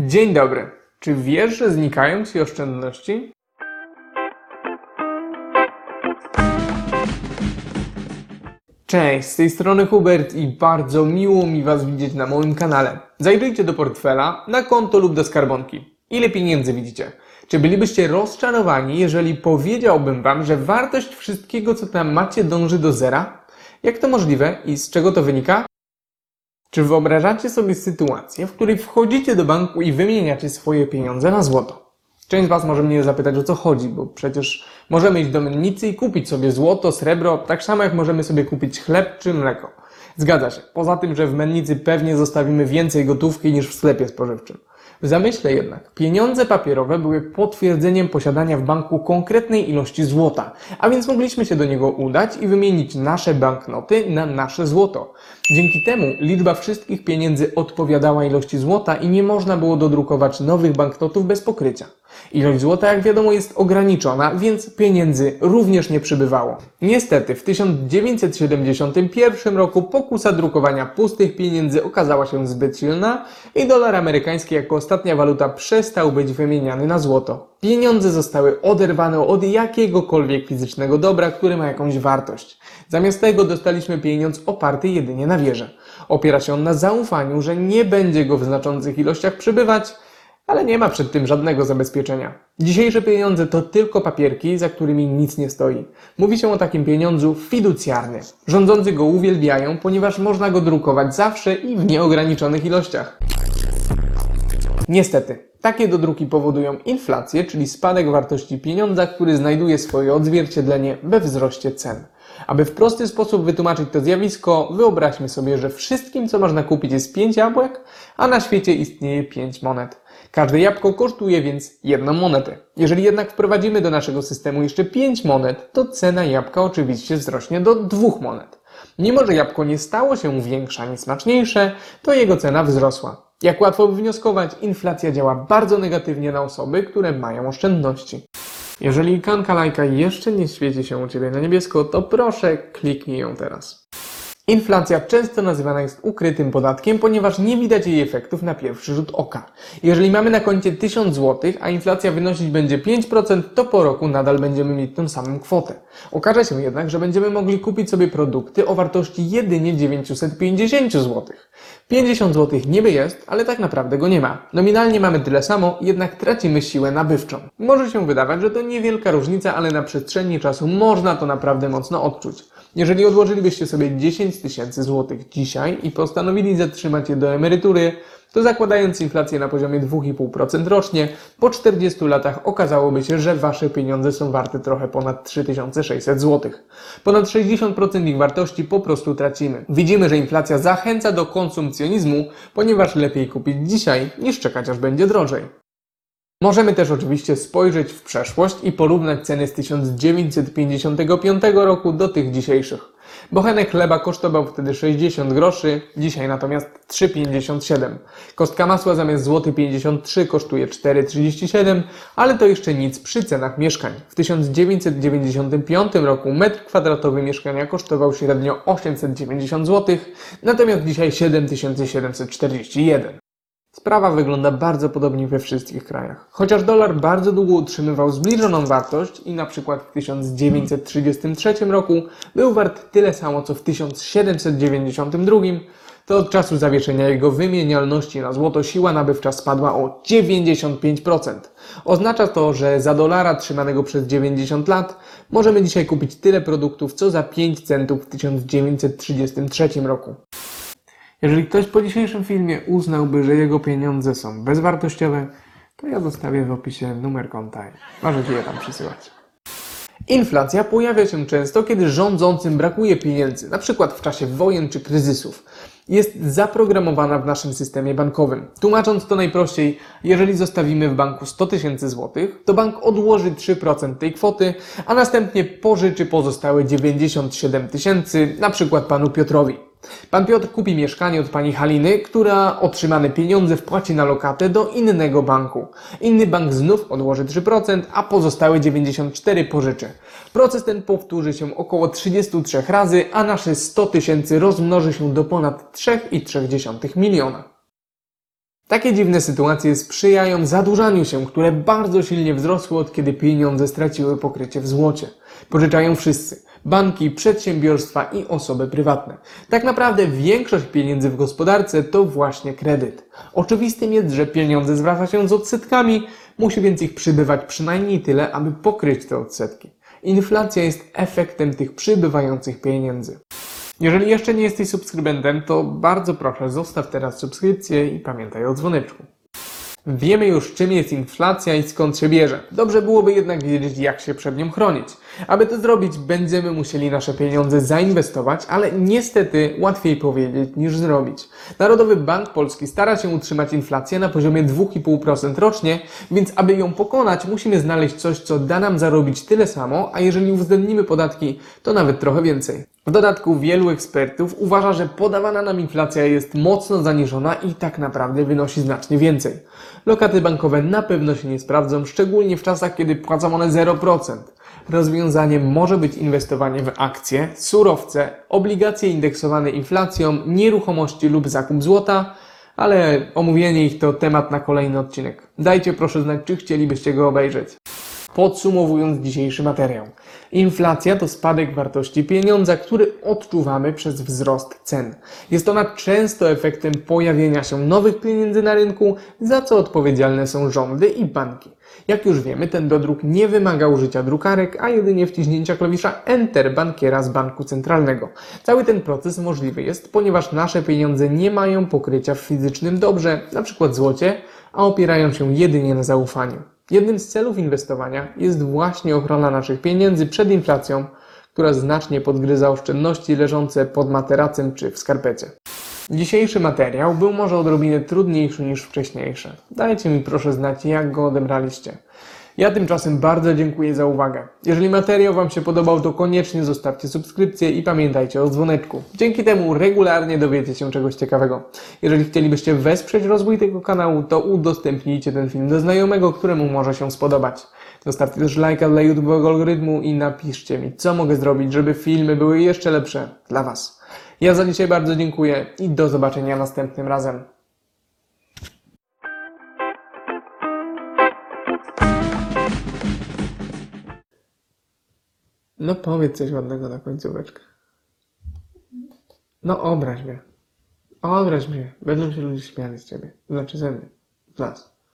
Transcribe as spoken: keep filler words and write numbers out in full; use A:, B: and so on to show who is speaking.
A: Dzień dobry. Czy wiesz, że znikają Ci oszczędności? Cześć, z tej strony Hubert i bardzo miło mi Was widzieć na moim kanale. Zajrzyjcie do portfela, na konto lub do skarbonki. Ile pieniędzy widzicie? Czy bylibyście rozczarowani, jeżeli powiedziałbym Wam, że wartość wszystkiego, co tam macie, dąży do zera? Jak to możliwe i z czego to wynika? Czy wyobrażacie sobie sytuację, w której wchodzicie do banku i wymieniacie swoje pieniądze na złoto? Część z Was może mnie zapytać, o co chodzi, bo przecież możemy iść do mennicy i kupić sobie złoto, srebro, tak samo jak możemy sobie kupić chleb czy mleko. Zgadza się. Poza tym, że w mennicy pewnie zostawimy więcej gotówki niż w sklepie spożywczym. W zamyśle jednak pieniądze papierowe były potwierdzeniem posiadania w banku konkretnej ilości złota, a więc mogliśmy się do niego udać i wymienić nasze banknoty na nasze złoto. Dzięki temu liczba wszystkich pieniędzy odpowiadała ilości złota i nie można było dodrukować nowych banknotów bez pokrycia. Ilość złota, jak wiadomo, jest ograniczona, więc pieniędzy również nie przybywało. Niestety w tysiąc dziewięćset siedemdziesiątym pierwszym roku pokusa drukowania pustych pieniędzy okazała się zbyt silna i dolar amerykański jako ostatnia waluta przestał być wymieniany na złoto. Pieniądze zostały oderwane od jakiegokolwiek fizycznego dobra, które ma jakąś wartość. Zamiast tego dostaliśmy pieniądz oparty jedynie na wierze. Opiera się on na zaufaniu, że nie będzie go w znaczących ilościach przybywać, ale nie ma przed tym żadnego zabezpieczenia. Dzisiejsze pieniądze to tylko papierki, za którymi nic nie stoi. Mówi się o takim pieniądzu fiducjarny. Rządzący go uwielbiają, ponieważ można go drukować zawsze i w nieograniczonych ilościach. Niestety, takie dodruki powodują inflację, czyli spadek wartości pieniądza, który znajduje swoje odzwierciedlenie we wzroście cen. Aby w prosty sposób wytłumaczyć to zjawisko, wyobraźmy sobie, że wszystkim, co można kupić, jest pięć jabłek, a na świecie istnieje pięć monet. Każde jabłko kosztuje więc jedną monetę. Jeżeli jednak wprowadzimy do naszego systemu jeszcze pięć monet, to cena jabłka oczywiście wzrośnie do dwóch monet. Mimo że jabłko nie stało się większe ani smaczniejsze, to jego cena wzrosła. Jak łatwo wywnioskować, inflacja działa bardzo negatywnie na osoby, które mają oszczędności. Jeżeli ikonka lajka jeszcze nie świeci się u Ciebie na niebiesko, to proszę kliknij ją teraz. Inflacja często nazywana jest ukrytym podatkiem, ponieważ nie widać jej efektów na pierwszy rzut oka. Jeżeli mamy na koncie tysiąc złotych, a inflacja wynosić będzie pięć procent, to po roku nadal będziemy mieć tę samą kwotę. Okaże się jednak, że będziemy mogli kupić sobie produkty o wartości jedynie dziewięćset pięćdziesiąt złotych. pięćdziesiąt złotych niby jest, ale tak naprawdę go nie ma. Nominalnie mamy tyle samo, jednak tracimy siłę nabywczą. Może się wydawać, że to niewielka różnica, ale na przestrzeni czasu można to naprawdę mocno odczuć. Jeżeli odłożylibyście sobie dziesięć tysięcy złotych dzisiaj i postanowili zatrzymać je do emerytury, to zakładając inflację na poziomie dwa i pół procent rocznie, po czterdziestu latach okazałoby się, że Wasze pieniądze są warte trochę ponad trzy tysiące sześćset złotych. Ponad sześćdziesiąt procent ich wartości po prostu tracimy. Widzimy, że inflacja zachęca do konsumpcjonizmu, ponieważ lepiej kupić dzisiaj niż czekać, aż będzie drożej. Możemy też oczywiście spojrzeć w przeszłość i porównać ceny z tysiąc dziewięćset pięćdziesiątego piątego roku do tych dzisiejszych. Bochenek chleba kosztował wtedy sześćdziesiąt groszy, dzisiaj natomiast trzy pięćdziesiąt siedem. Kostka masła zamiast złoty pięćdziesiąt trzy kosztuje cztery trzydzieści siedem, ale to jeszcze nic przy cenach mieszkań. W tysiąc dziewięćset dziewięćdziesiątym piątym roku metr kwadratowy mieszkania kosztował średnio osiemset dziewięćdziesiąt złotych, natomiast dzisiaj siedem tysięcy siedemset czterdzieści jeden. Sprawa wygląda bardzo podobnie we wszystkich krajach. Chociaż dolar bardzo długo utrzymywał zbliżoną wartość i na przykład w tysiąc dziewięćset trzydziestym trzecim roku był wart tyle samo co w tysiąc siedemset dziewięćdziesiątym drugim, to od czasu zawieszenia jego wymienialności na złoto siła nabywcza spadła o dziewięćdziesiąt pięć procent. Oznacza to, że za dolara trzymanego przez dziewięćdziesiąt lat możemy dzisiaj kupić tyle produktów co za pięć centów w tysiąc dziewięćset trzydziestym trzecim roku. Jeżeli ktoś po dzisiejszym filmie uznałby, że jego pieniądze są bezwartościowe, to ja zostawię w opisie numer konta i możecie je tam przysyłać. Inflacja pojawia się często, kiedy rządzącym brakuje pieniędzy, na przykład w czasie wojen czy kryzysów. Jest zaprogramowana w naszym systemie bankowym. Tłumacząc to najprościej, jeżeli zostawimy w banku sto tysięcy złotych, to bank odłoży trzy procent tej kwoty, a następnie pożyczy pozostałe dziewięćdziesiąt siedem tysięcy, na przykład panu Piotrowi. Pan Piotr kupi mieszkanie od pani Haliny, która otrzymane pieniądze wpłaci na lokatę do innego banku. Inny bank znów odłoży trzy procent, a pozostałe dziewięćdziesiąt cztery procent pożyczy. Proces ten powtórzy się około trzydzieści trzy razy, a nasze sto tysięcy rozmnoży się do ponad trzy i trzy dziesiąte miliona. Takie dziwne sytuacje sprzyjają zadłużaniu się, które bardzo silnie wzrosło od kiedy pieniądze straciły pokrycie w złocie. Pożyczają wszyscy. Banki, przedsiębiorstwa i osoby prywatne. Tak naprawdę większość pieniędzy w gospodarce to właśnie kredyt. Oczywistym jest, że pieniądze zwraca się z odsetkami, musi więc ich przybywać przynajmniej tyle, aby pokryć te odsetki. Inflacja jest efektem tych przybywających pieniędzy. Jeżeli jeszcze nie jesteś subskrybentem, to bardzo proszę zostaw teraz subskrypcję i pamiętaj o dzwoneczku. Wiemy już, czym jest inflacja i skąd się bierze. Dobrze byłoby jednak wiedzieć, jak się przed nią chronić. Aby to zrobić, będziemy musieli nasze pieniądze zainwestować, ale niestety łatwiej powiedzieć niż zrobić. Narodowy Bank Polski stara się utrzymać inflację na poziomie dwa i pół procent rocznie, więc aby ją pokonać, musimy znaleźć coś, co da nam zarobić tyle samo, a jeżeli uwzględnimy podatki, to nawet trochę więcej. W dodatku wielu ekspertów uważa, że podawana nam inflacja jest mocno zaniżona i tak naprawdę wynosi znacznie więcej. Lokaty bankowe na pewno się nie sprawdzą, szczególnie w czasach, kiedy płacą one zero procent. Rozwiązaniem może być inwestowanie w akcje, surowce, obligacje indeksowane inflacją, nieruchomości lub zakup złota, ale omówienie ich to temat na kolejny odcinek. Dajcie proszę znać, czy chcielibyście go obejrzeć. Podsumowując dzisiejszy materiał. Inflacja to spadek wartości pieniądza, który odczuwamy przez wzrost cen. Jest ona często efektem pojawienia się nowych pieniędzy na rynku, za co odpowiedzialne są rządy i banki. Jak już wiemy, ten dodruk nie wymaga użycia drukarek, a jedynie wciśnięcia klawisza Enter bankiera z banku centralnego. Cały ten proces możliwy jest, ponieważ nasze pieniądze nie mają pokrycia w fizycznym dobrze, np. złocie, a opierają się jedynie na zaufaniu. Jednym z celów inwestowania jest właśnie ochrona naszych pieniędzy przed inflacją, która znacznie podgryza oszczędności leżące pod materacem czy w skarpecie. Dzisiejszy materiał był może odrobinę trudniejszy niż wcześniejsze. Dajcie mi proszę znać, jak go odebraliście. Ja tymczasem bardzo dziękuję za uwagę. Jeżeli materiał Wam się podobał, to koniecznie zostawcie subskrypcję i pamiętajcie o dzwoneczku. Dzięki temu regularnie dowiecie się czegoś ciekawego. Jeżeli chcielibyście wesprzeć rozwój tego kanału, to udostępnijcie ten film do znajomego, któremu może się spodobać. Zostawcie też lajka dla YouTube'owego algorytmu i napiszcie mi, co mogę zrobić, żeby filmy były jeszcze lepsze dla Was. Ja za dzisiaj bardzo dziękuję i do zobaczenia następnym razem. No powiedz coś ładnego na końcóweczkę. No obraź mnie. Obraź mnie. Będą się ludzie śmiali z Ciebie. Znaczy ze mnie. Z nas.